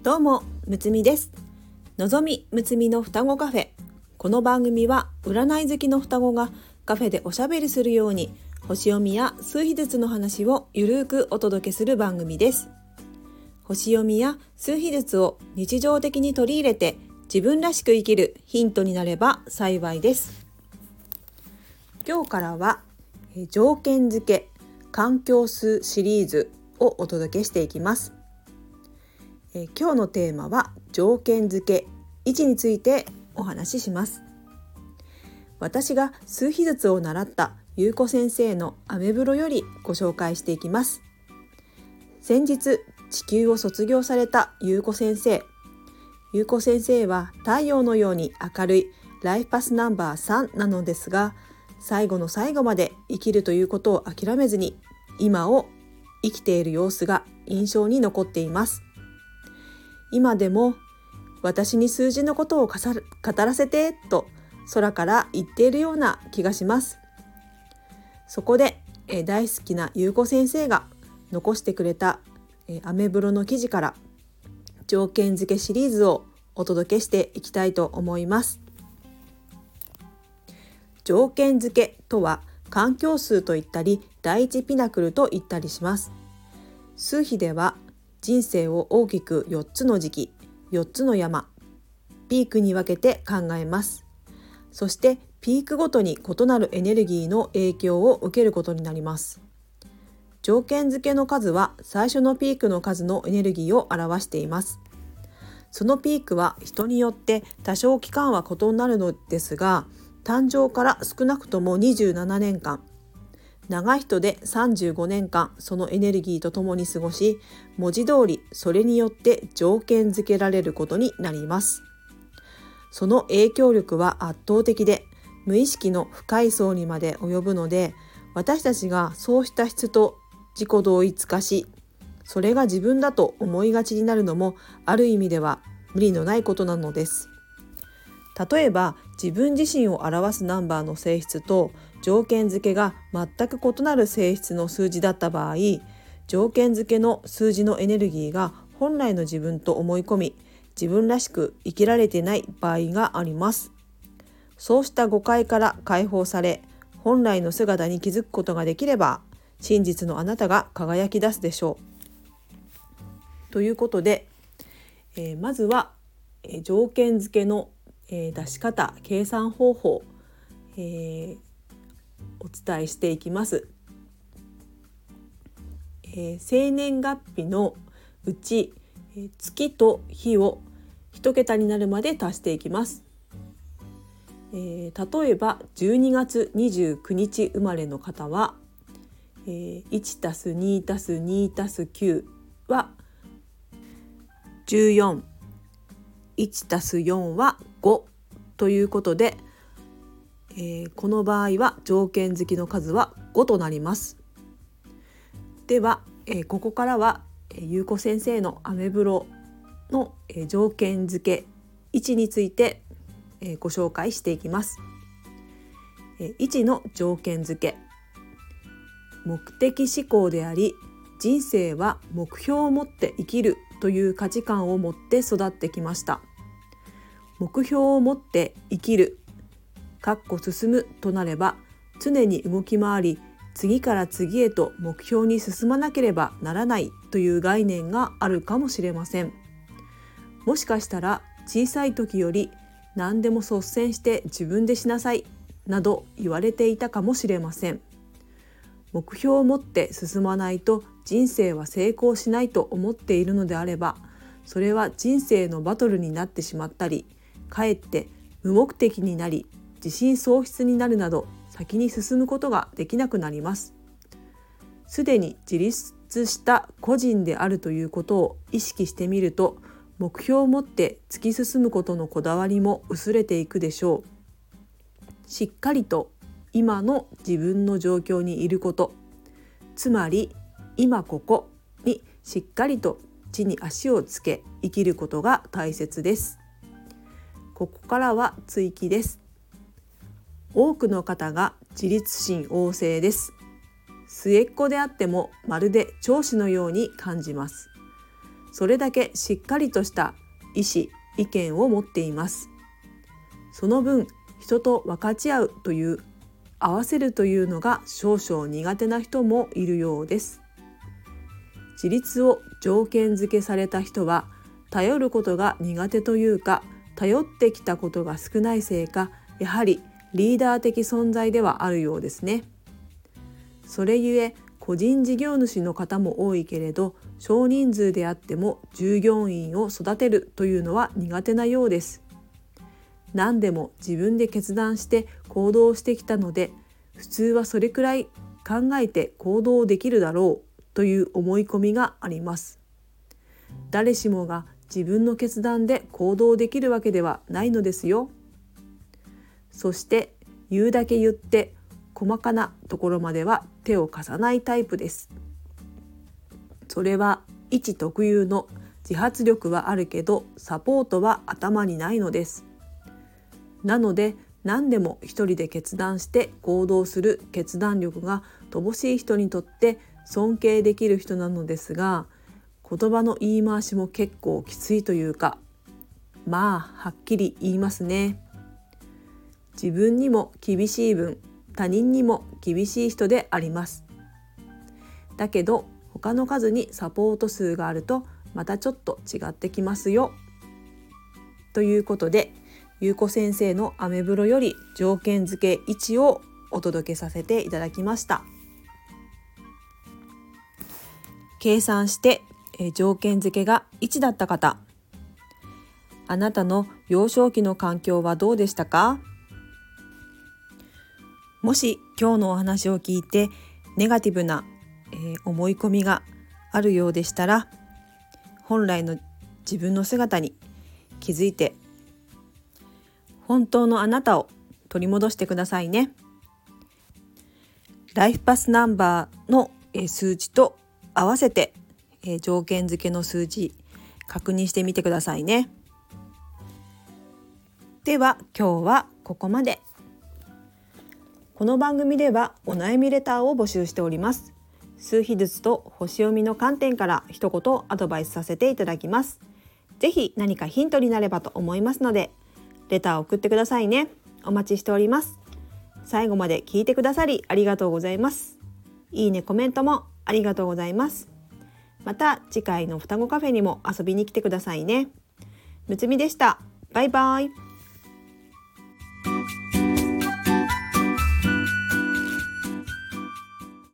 どうも、むつみです。のぞみむつみの双子カフェ。この番組は占い好きの双子がカフェでおしゃべりするように星読みや数秘術の話をゆるくお届けする番組です。星読みや数秘術を日常的に取り入れて自分らしく生きるヒントになれば幸いです。今日からは条件付け環境数シリーズをお届けしていきます。今日のテーマは条件付け位置についてお話しします。私が数秘術を習ったゆうこ先生のアメブロよりご紹介していきます。先日地球を卒業されたゆうこ先生。ゆうこ先生は太陽のように明るいライフパスナンバー3なのですが、最後の最後まで生きるということを諦めずに今を生きている様子が印象に残っています。今でも私に数字のことを語らせてと空から言っているような気がします。そこで大好きなゆうこ先生が残してくれたアメブロの記事から条件付けシリーズをお届けしていきたいと思います。条件付けとは環境数と言ったり第一ピナクルと言ったりします。数秘では人生を大きく4つの時期、4つの山、ピークに分けて考えます。そしてピークごとに異なるエネルギーの影響を受けることになります。条件付けの数は最初のピークの数のエネルギーを表しています。そのピークは人によって多少期間は異なるのですが、誕生から少なくとも27年間、長い人で35年間そのエネルギーとともに過ごし、文字通りそれによって条件付けられることになります。その影響力は圧倒的で、無意識の深い層にまで及ぶので、私たちがそうした質と自己同一化し、それが自分だと思いがちになるのもある意味では無理のないことなのです。例えば自分自身を表すナンバーの性質と条件付けが全く異なる性質の数字だった場合、条件付けの数字のエネルギーが本来の自分と思い込み、自分らしく生きられていない場合があります。そうした誤解から解放され、本来の姿に気づくことができれば、真実のあなたが輝き出すでしょう。ということで、まずは条件付けの出し方、計算方法、お伝えしていきます。生年月日のうち月と日を1桁になるまで足していきます。例えば12月29日生まれの方は、1+2+2+9 は14、1+4 は5ということで、この場合は条件付きの数は5となります。では、ここからはゆうこ先生のアメブロの条件付け位置についてご紹介していきます。位置の条件付け、目的思考であり、人生は目標を持って生きるという価値観を持って育ってきました。目標を持って生きる進むとなれば、常に動き回り、次から次へと目標に進まなければならないという概念があるかもしれません。もしかしたら小さい時より何でも率先して自分でしなさいなど言われていたかもしれません。目標を持って進まないと人生は成功しないと思っているのであれば、それは人生のバトルになってしまったり、かえって無目的になり自信喪失になるなど、先に進むことができなくなります。すでに自立した個人であるということを意識してみると、目標を持って突き進むことのこだわりも薄れていくでしょう。しっかりと今の自分の状況にいること、つまり今ここにしっかりと地に足をつけ生きることが大切です。ここからは追記です。多くの方が自立心旺盛です。末っ子であってもまるで長子のように感じます。 それだけしっかりとした意思、意見を持っています。その分、人と分かち合うという、合わせるというのが少々苦手な人もいるようです。自立を条件付けされた人は、頼ることが苦手というか、頼ってきたことが少ないせいか、やはりリーダー的存在ではあるようですね。それゆえ、個人事業主の方も多いけれど、少人数であっても従業員を育てるというのは苦手なようです。何でも自分で決断して行動してきたので、普通はそれくらい考えて行動できるだろうという思い込みがあります。誰しもが自分の決断で行動できるわけではないのですよ。そして言うだけ言って細かなところまでは手を貸さないタイプです。それは一特有の自発力はあるけど、サポートは頭にないのです。なので何でも一人で決断して行動する決断力が乏しい人にとって尊敬できる人なのですが、言葉の言い回しも結構きついというか、まあはっきり言いますね。自分にも厳しい分、他人にも厳しい人であります。だけど他の数にサポート数があるとまたちょっと違ってきますよ。ということで、ゆうこ先生のアメブロより条件付け1をお届けさせていただきました。計算して条件付けが1だった方、あなたの幼少期の環境はどうでしたか？もし今日のお話を聞いてネガティブな、思い込みがあるようでしたら、本来の自分の姿に気づいて本当のあなたを取り戻してくださいね。ライフパスナンバーの数値と合わせて条件付けの数字確認してみてくださいね。では今日はここまで。この番組ではお悩みレターを募集しております。数秘術と星読みの観点から一言アドバイスさせていただきます。ぜひ何かヒントになればと思いますので、レターを送ってくださいね。お待ちしております。最後まで聞いてくださりありがとうございます。いいね、コメントもありがとうございます。また次回の双子カフェにも遊びに来てくださいね。むつみでした。バイバイ。